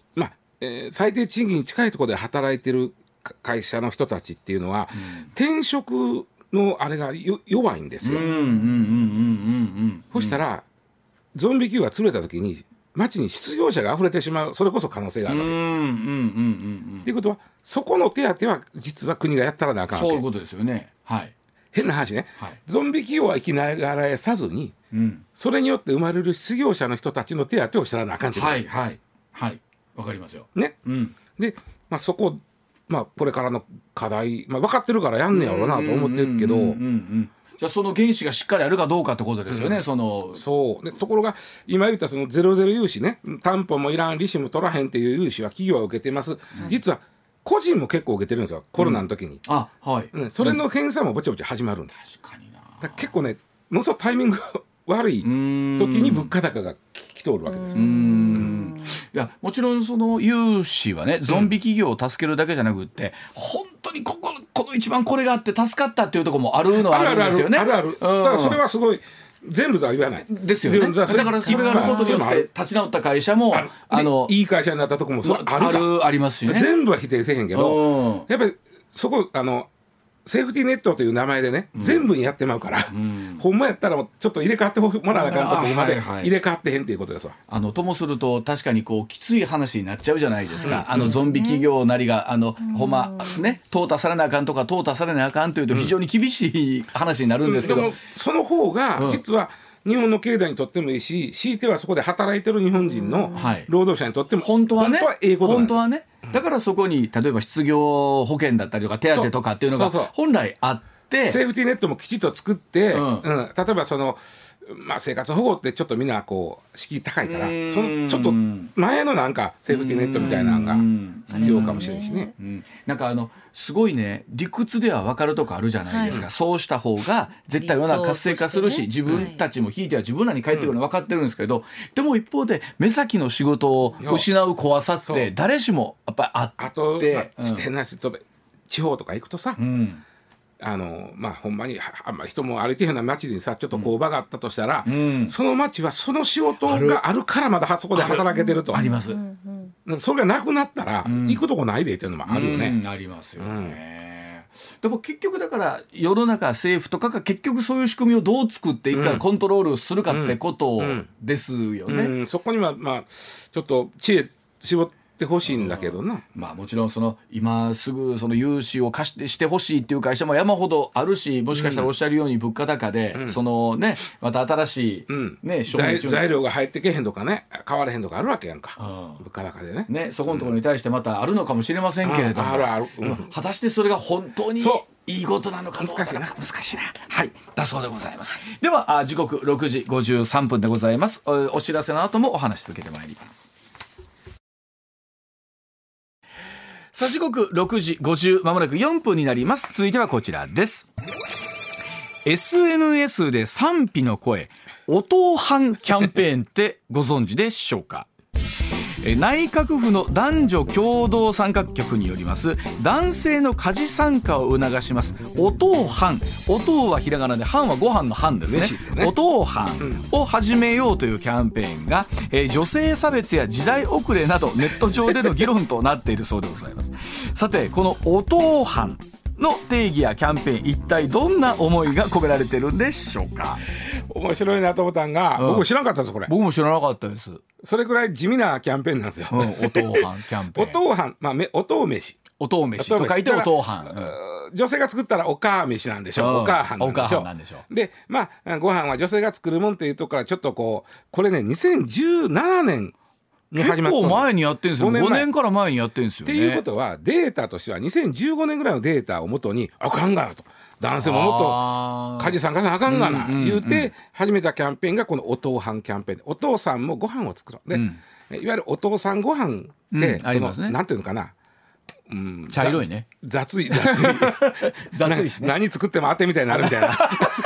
最低賃金に近いところで働いてる会社の人たちっていうのは、転職のあれが弱いんですよ。そしたらゾンビ企業が潰れた時に街に失業者が溢れてしまう、それこそ可能性があるわけ。っていうことはそこの手当は実は国がやったらなあかんわけ。 そういうことですよね。 変な話ね、ゾンビ企業は生きながらえさずに、それによって生まれる失業者の人たちの手当をしたらなあかんってことです。 わかりますよ。 ね。で、そここれからの課題、分かってるからやんねやろうなと思ってるけど、 じゃあその原資がしっかりあるかどうかってことですよね。 そうでところが今言ったそのゼロゼロ融資ね、担保もいらん利子も取らへんっていう融資は企業は受けてます。実は個人も結構受けてるんですよ、コロナの時に。それの返済もぼちぼち始まるんです。 確かにな。 だから結構ね、ものすごくタイミングが悪い時に物価高が来ておるわけです。 いやもちろんその融資はね、ゾンビ企業を助けるだけじゃなくって、本当にこの一番これがあって助かったっていうところもあるのはあるんですよね。 だからそれはすごい全部とは言わないですよね。だからそれがあることによって立ち直った会社もいい会社になったところもありますしね。 全部は否定せへんけど、やっぱりそこセーフティーネットという名前でね、全部にやってまうから、ほんまやったらちょっと入れ替わってもらわなあかんところまで入れ替わってへんっていうことですわ。 ともすると確かにきつい話になっちゃうじゃないですか。ゾンビ企業なりがほんまね、淘汰されなあかんとか淘汰されなあかんというと非常に厳しい話になるんですけど、 でもその方が実は日本の経済にとってもいいし、強いてはそこで働いてる日本人の労働者にとっても本当はええことなんです。 本当はね、だからそこに例えば失業保険だったりとか手当とかっていうのが本来あって、 セーフティーネットもきちっと作って、例えばその生活保護ってちょっとみんなこう敷居高いから、そのちょっと前のなんかセーフティーネットみたいなのが必要かもしれないしね。 なんかすごいね、理屈では分かるとこあるじゃないですか、そうした方が絶対世の中活性化するし、自分たちもひいては自分らに返ってくるの分かってるんですけど、でも一方で目先の仕事を失う怖さって誰しもやっぱりあって、 あと、変な話、地方とか行くとさ、ほんまにあんまり人も歩いてへんな街にさ、ちょっと工場があったとしたら、その街はその仕事があるからまだそこで働けてると。 あります。 それがなくなったら、行くとこないでっていうのもあるよね。 ありますよね。でも結局だから世の中政府とかが結局そういう仕組みをどう作っていくか、コントロールするかってことですよね。 そこにはちょっと知恵絞ってほしいんだけどな。 もちろんその今すぐその融資を貸してほしいっていう会社も山ほどあるし、もしかしたらおっしゃるように物価高で、そのねまた新しい材料が入ってけへんとかね、買われへんとかあるわけやんか、物価高でね。 そこのところに対してまたあるのかもしれませんけれども、果たしてそれが本当にいいことなのかどうか難しいな。はいだそうでございます。では時刻6時53分でございます。お知らせの後もお話し続けてまいります。さあ時刻6時50まもなく4分になります。続いてはこちらです。 SNS で賛否の声、お父飯キャンペーンってご存知でしょうか。内閣府の男女共同参画局によります男性の家事参加を促しますお父飯、お父はひらがなで飯はご飯の飯ですね。お父飯を始めようというキャンペーンが、女性差別や時代遅れなどネット上での議論となっているそうでございます。さてこのお父飯の定義やキャンペーン、一体どんな思いが込められてるんでしょうか。 面白いなと思ったんが、僕も知らなかったです。これ僕も知らなかったです。 それくらい地味なキャンペーンなんですよ、 お父飯キャンペーン。 お父飯、お父飯、 お父飯と書いてお父飯、 女性が作ったらお母飯なんでしょう、お母飯なんでしょう。でご飯は女性が作るもんっていうところからちょっとこれね2017年に始まった。 結構前にやってるんですよ。5年から前にやってるんですよね。っていうことはデータとしては2015年ぐらいのデータをもとにあかんがなと、男性ももっと家事参加さなあかんがな言うて始めたキャンペーンがこのお父飯キャンペーンで、お父さんもご飯を作ろうで、いわゆるお父さんご飯ってなんていうのかな、 茶色いね、 雑い雑いしね、 何作っても当てみたいになるみたいな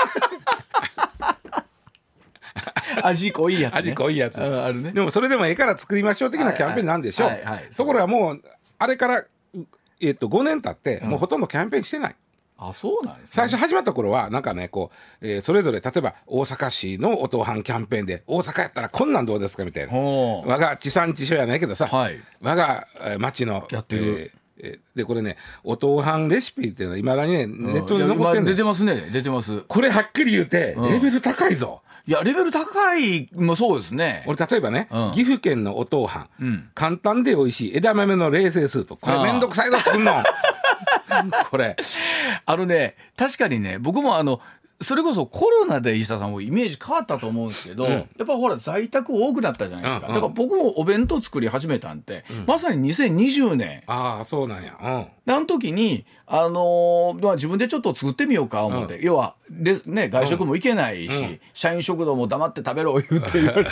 味濃いやつ、 味濃いやつあるね。 でもそれでもええから作りましょう的なキャンペーンなんでしょう。ところがもうあれから5年経ってもうほとんどキャンペーンしてない。 あ、そうなんですね。 最初始まった頃はなんかねそれぞれ例えば大阪市のお父飯キャンペーンで、大阪やったらこんなんどうですかみたいな、我が地産地消やないけどさ、我が町のやってるでこれねお父飯レシピっていうのはいまだにねネットに残ってんねん。 出てますね、出てます。 これはっきり言うてレベル高いぞ。 いやレベル高いもそうですね。 俺例えばね、岐阜県のお父飯、簡単で美味しい枝豆の冷製スープ、これめんどくさいぞ作るのこれ確かにね、僕もそれこそコロナで石田さんもイメージ変わったと思うんですけど、やっぱほら在宅多くなったじゃないですか、だから僕もお弁当作り始めたんて、まさに2020年。 ああそうなんや。あの時に自分でちょっと作ってみようか思って、要は外食も行けないし、社員食堂も黙って食べろ言って言われて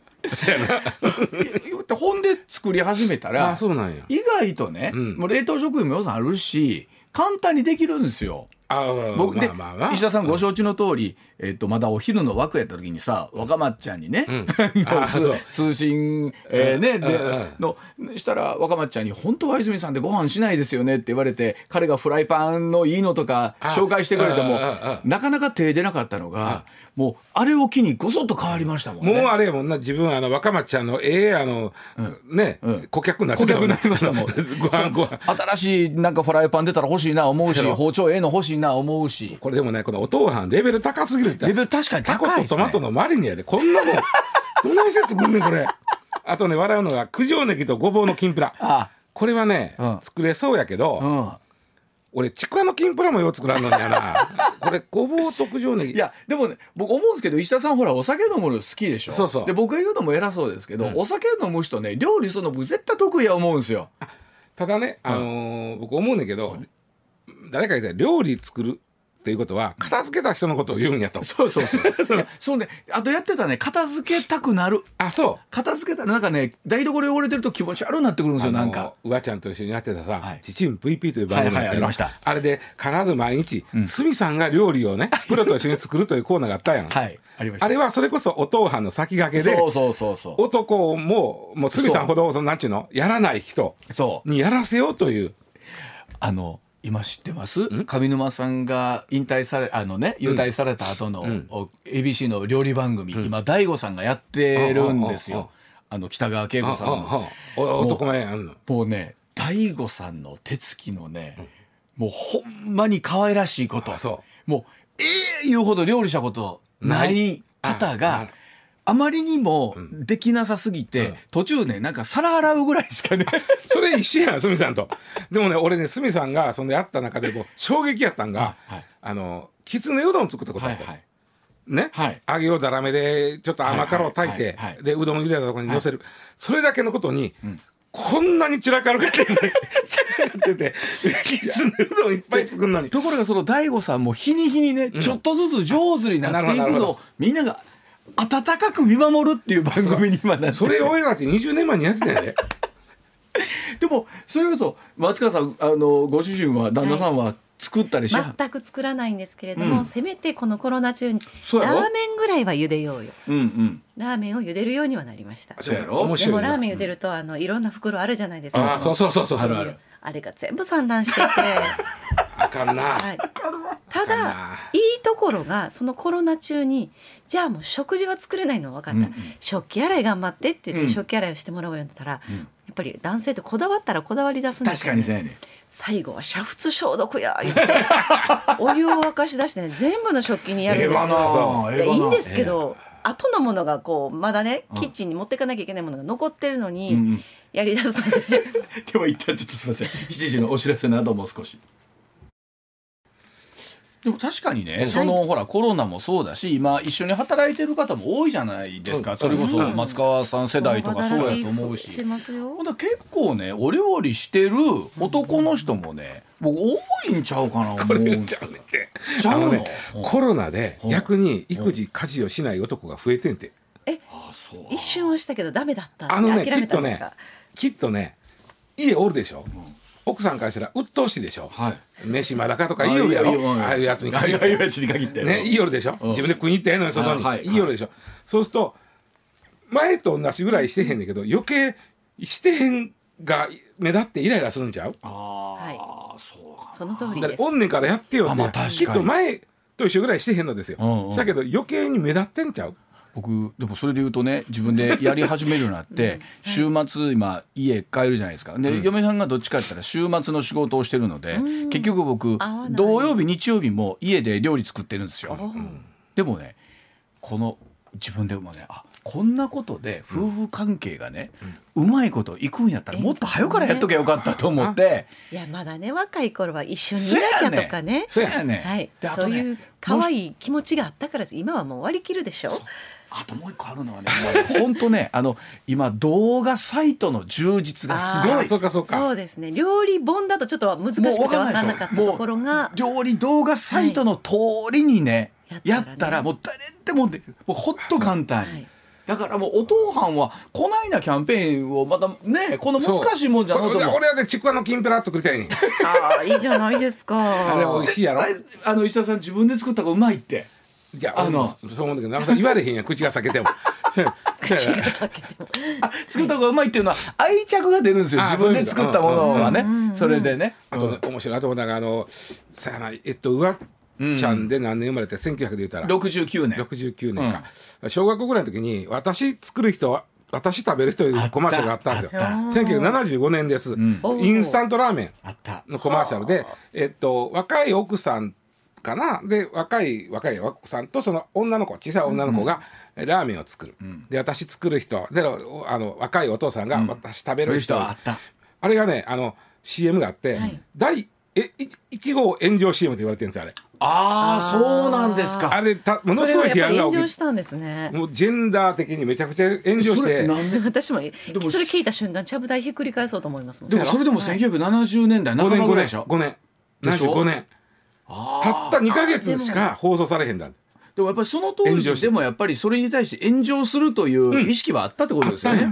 ほんで作り始めたら、意外とね、もう冷凍食品も予算あるし簡単にできるんですよ。僕で石田さんご承知の通り、まだお昼の枠やった時にさ、若松ちゃんにね、通信したら若松ちゃんに本当は泉さんでご飯しないですよねって言われて、彼がフライパンのいいのとか紹介してくれてもなかなか手出なかったのが、もうあれを機にごそっと変わりましたもんね。 もうあれやもんな、自分若松ちゃんの顧客になってたもんね。顧客になりましたもんご飯新しいなんかフライパン出たら欲しいな思うし、包丁の欲しいな思うし、 これでもね、このお父飯レベル高すぎるって。 レベル確かに高いですね。 タコとトマトのマリネやで、こんなもんどないして作んねんこれ。あとね、笑うのが九条ネギとごぼうのきんぴら。これはね、作れそうやけど、 俺ちくわのきんぷらもよう作らんのにやなこれごぼう特上ネギ。 いやでもね僕思うんですけど石田さんほらお酒飲むの好きでしょ。 そうそう。 で僕が言うのも偉そうですけど、お酒飲む人ね料理するの僕絶対得意や思うんですよ。 ただね、僕思うんだけど、誰か言ったら料理作るっていうことは片付けた人のことを言うんやと。 そうそうそういやそうね、あとやってたね片付けたくなる。 あ、そう片付けたらなんかね台所汚れてると気持ち悪くなってくるんですよ。なんかうわちゃんと一緒にやってたさ、 はい、 ちちん VP という番組がありました、あれで必ず毎日鷲見さんが料理をねプロと一緒に作るというコーナーがあったやん。 はいありました。 あれはそれこそお当飯の先駆けで、 そう男もう鷲見さんほどそのなんちゅうのやらない人にやらせようという。 今知ってます？上沼さんが引退され優退された後の、ABC の料理番組、今大悟さんがやってるんですよ。北川景子さんの男前やんの。 もうね大悟さんの手つきのね、もうほんまに可愛らしいこと、もう言うほど料理したことない方があまりにもできなさすぎて、途中ねなんか皿洗うぐらいしかねそれ一緒やん鷲見さんと。でもね俺ね鷲見さんがそのやった中でも衝撃やったんが、きつねうどん作ったことあった、ね、揚げをざらめでちょっと甘辛を炊いて、でうどん茹でたところに乗せる、それだけのことに、こんなに散らかるかって散らかっててきつねうどんいっぱい作るのに。 ところがその大悟さんも日に日にね、ちょっとずつ上手になっていくのをみんなが温かく見守るっていう番組に今なって、 それ俺らって20年前にやってたよねでもそれこそ松川さんご主人は旦那さんは作ったりし全く作らないんですけれども、せめてこのコロナ中にラーメンぐらいは茹でようよ、ラーメンを茹でるようにはなりました。 そうやろ。 でもラーメン茹でるといろんな袋あるじゃないですか。 そうあれが全部散乱しててあかんな、 ただいいところがそのコロナ中にじゃあもう食事は作れないの分かった、食器洗い頑張ってって言って食器洗いをしてもらおうようになったら、やっぱり男性ってこだわったらこだわり出すんですよね。 確かにそうやね。 最後は煮沸消毒や言ってお湯を沸かし出してね全部の食器にやるんですよ。でいいんですけど、後のものがこうまだねキッチンに持っていかなきゃいけないものが残ってるのに、やりだすのででも一旦ちょっとすみません7時のお知らせの後も少し。でも確かにね、ほらコロナもそうだし今一緒に働いてる方も多いじゃないですか。それこそ松川さん世代とかそうやと思うし、ほんだ結構ねお料理してる男の人もね、僕多いんちゃうかな思うんですけど。ちゃうの？ コロナで逆に育児家事をしない男が増えてんて。 一瞬はしたけどダメだったって諦めたんですか？ きっとね家おるでしょ、奥さんからしたら鬱陶しいでしょ、飯まだかとか言いよるやろ、ああいうやつに限ってね、言いよるでしょ、自分で食いに行ってええのに外に言いよるでしょ。そうすると前と同じぐらいしてへんねんけど余計してへんが目立ってイライラするんちゃう？ そうその通りです。 おんねんからやってよって、きっと前と一緒ぐらいしてへんのですよ。だけど余計に目立ってんちゃう？ 僕でもそれで言うとね自分でやり始めるようになって週末今家帰るじゃないですか。で、嫁さんがどっちかって言ったら週末の仕事をしてるので、結局僕土曜日日曜日も家で料理作ってるんですよ。でもねこの自分でもねこんなことで夫婦関係がね、うまいこといくんやったらもっと早からやっときゃよかったと思って、 いやまだね若い頃は一緒にいなきゃとかね、 そうやね、 そういう可愛い気持ちがあったから今はもう割り切るでしょ。 あともう一個あるのはね本当ね今動画サイトの充実がすごい。 そうですね。料理本だとちょっと難しくて分からなかったところが料理動画サイトの通りにね、やったらもう誰でもできる。もうほっと簡単に、だからもうお父さんはこないなキャンペーンをまたねこの難しいもんじゃなくても俺はねちくわのきんぴら作りたいにいいじゃないですか。 あれ美味しいやろ。 石田さん自分で作った方がうまいって。 じゃあそう思うんだけど長さん言われへんやん口が裂けても口が裂けても作った方がうまいっていうのは愛着が出るんですよ。自分で作ったものはね。それでねあとね面白いと思うのがさやなうわちゃんで何年生まれて1900で言ったら 69 年か、小学校ぐらいの時に私作る人は私食べる人いうコマーシャルがあったんですよ。1975年です、インスタントラーメンのコマーシャルで、若い奥さんかなで若い奥さんとその女の子小さい女の子がラーメンを作る、で私作る人で若いお父さんが私食べる人、あれがねCM があって、第 1号炎上 CM と言われてるんですよあれ。 そうなんですか。 あれものすごい批判が炎上したんですね。 もうジェンダー的にめちゃくちゃ炎上して。 私もそれ聞いた瞬間ちゃぶ台ひっくり返そうと思いますもん。 でもそれでも1970年代半ばぐらいでしょ。 5年75年たった2ヶ月しか放送されへんだ。 でもやっぱりその当時でもやっぱりそれに対して炎上するという意識はあったってことですよね。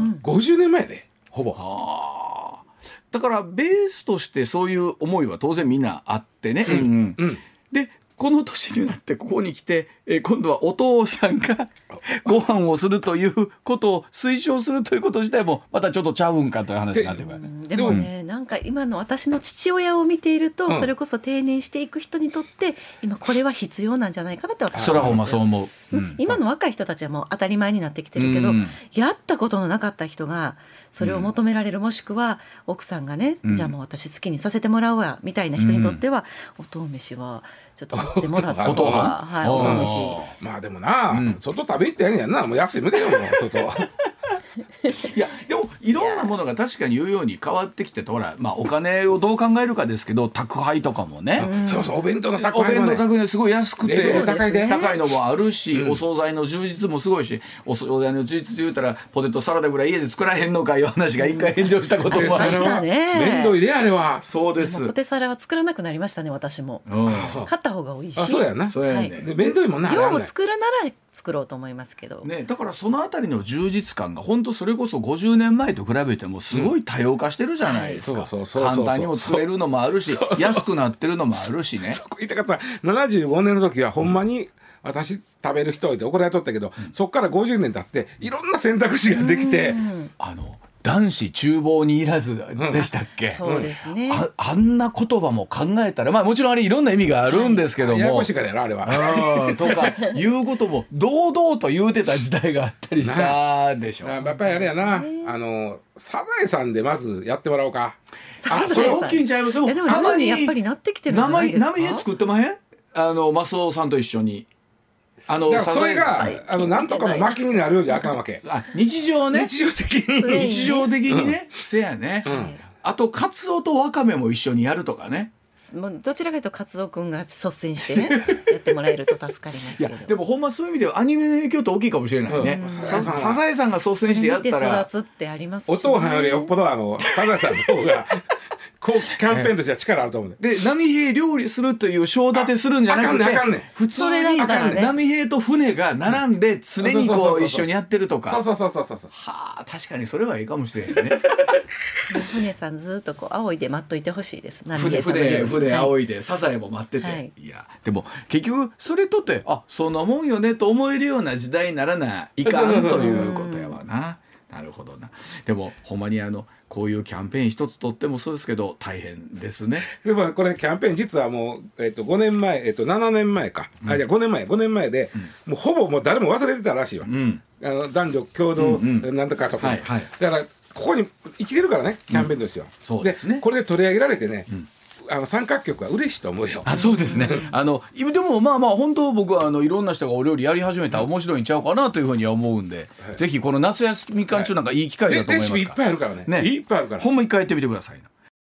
50年前でほぼ。 だからベースとしてそういう思いは当然みんなあってね。でこの年になってここに来て、今度はお父さんがご飯をするということを推奨するということ自体もまたちょっとちゃうんかという話になってくる、 でもね、なんか今の私の父親を見ていると、それこそ定年していく人にとって今これは必要なんじゃないかなって私は思うんですよ。 それはほんまそう思う、 今の若い人たちはもう当たり前になってきてるけど、やったことのなかった人がそれを求められる、もしくは奥さんがね、じゃあもう私好きにさせてもらうわみたいな人にとっては、おとう飯はちょっと持ってもらった方が、おとう飯。 まあでもな、外食べ行ってやんやんな、もう安い無理よもう外。 いやでもいろんなものが確かに言うように変わってきてて、ほら、お金をどう考えるかですけど、宅配とかもね、 そうそう、お弁当の宅配もね、 すごい安くて高いのもあるし、お惣菜の充実もすごいし、お惣菜の充実で言うたらポテトサラダぐらい家で作らへんのかいう話が一回炎上したこともあるし、 面倒いであれは。 そうです。 ポテサラは作らなくなりましたね、私も。買った方が多いし。 そうやな。で面倒いもんな。 量を作るなら作ろうと思いますけど、 だからそのあたりの充実感が本当それこそ50年前と比べてもすごい多様化してるじゃないですか。簡単にも作れるのもあるし、安くなってるのもあるしね。 言いたかった75年の時はほんまに私食べる人いて怒られとったけど、そっから50年経っていろんな選択肢ができて、 男子厨房にいらずでしたっけ、 そうですね。 あんな言葉も考えたら、もちろんあれいろんな意味があるんですけども、 ややこしいからやろあれはとかいうことも堂々と言うてた時代があったりしたでしょ。 やっぱりあれやな、サザエさんでまずやってもらおうか。 それ大きいんちゃいます？ でもたまにやっぱりなってきてるんじゃないですか。 生家作ってまへん？マスオさんと一緒に。 それがなんとかの巻きになるようじゃあかんわけ。 日常ね、 日常的にね、せやね。あとカツオとワカメも一緒にやるとかね。 もうどちらかというとカツオくんが率先してねやってもらえると助かりますけど。 でもほんまそういう意味ではアニメの影響って大きいかもしれないね。サザエさんが率先してやったら、 育つってありますし、 お父さんよりよっぽどサザエさんの方がキャンペーンとしては力あると思う。 で波平料理するという章立てするんじゃなくて、普通に波平と船が並んで常にこう一緒にやってるとか。 そうはあ、確かにそれはいいかもしれないね。 船さんずっとこう仰いで待っといてほしいです。 船仰いでサザエも待ってて、いやでも結局それとってそんなもんよねと思えるような時代にならないかんということやわな。なるほどな。でもほんまにこういうキャンペーン一つとってもそうですけど大変ですね。 でもこれキャンペーン実はもう、5年前、7年前か、じゃあ5年前で、もうほぼもう誰も忘れてたらしいわ、男女共同なんとかとか、だからここに生きてるからね、キャンペーンですよ。 そうですね。 これで取り上げられてね、参加局は嬉しいと思うよ。 そうですね。でも本当僕はいろんな人がお料理やり始めたら面白いんちゃうかなというふうには思うんで、ぜひこの夏休み間中なんかいい機会だと思いますから。 レシピいっぱいあるからね。いっぱいあるから。 ほんま一回やってみてくださいな。